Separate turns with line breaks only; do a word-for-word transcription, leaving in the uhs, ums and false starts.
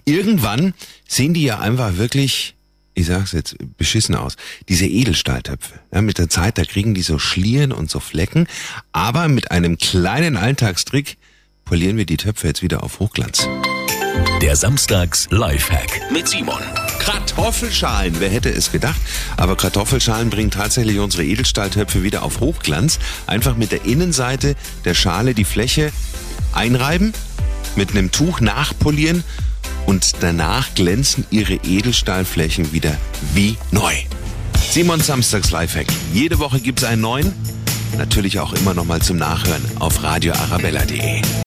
irgendwann sehen die ja einfach wirklich, ich sag's jetzt, beschissen aus. Diese Edelstahltöpfe. Ja, mit der Zeit, da kriegen die so Schlieren und so Flecken. Aber mit einem kleinen Alltagstrick polieren wir die Töpfe jetzt wieder auf Hochglanz.
Der Samstags-Lifehack mit Simon.
Kartoffelschalen, wer hätte es gedacht? Aber Kartoffelschalen bringen tatsächlich unsere Edelstahltöpfe wieder auf Hochglanz. Einfach mit der Innenseite der Schale die Fläche einreiben, mit einem Tuch nachpolieren und danach glänzen ihre Edelstahlflächen wieder wie neu. Simons Samstags Lifehack. Jede Woche gibt's einen neuen. Natürlich auch immer noch mal zum Nachhören auf radio arabella punkt de.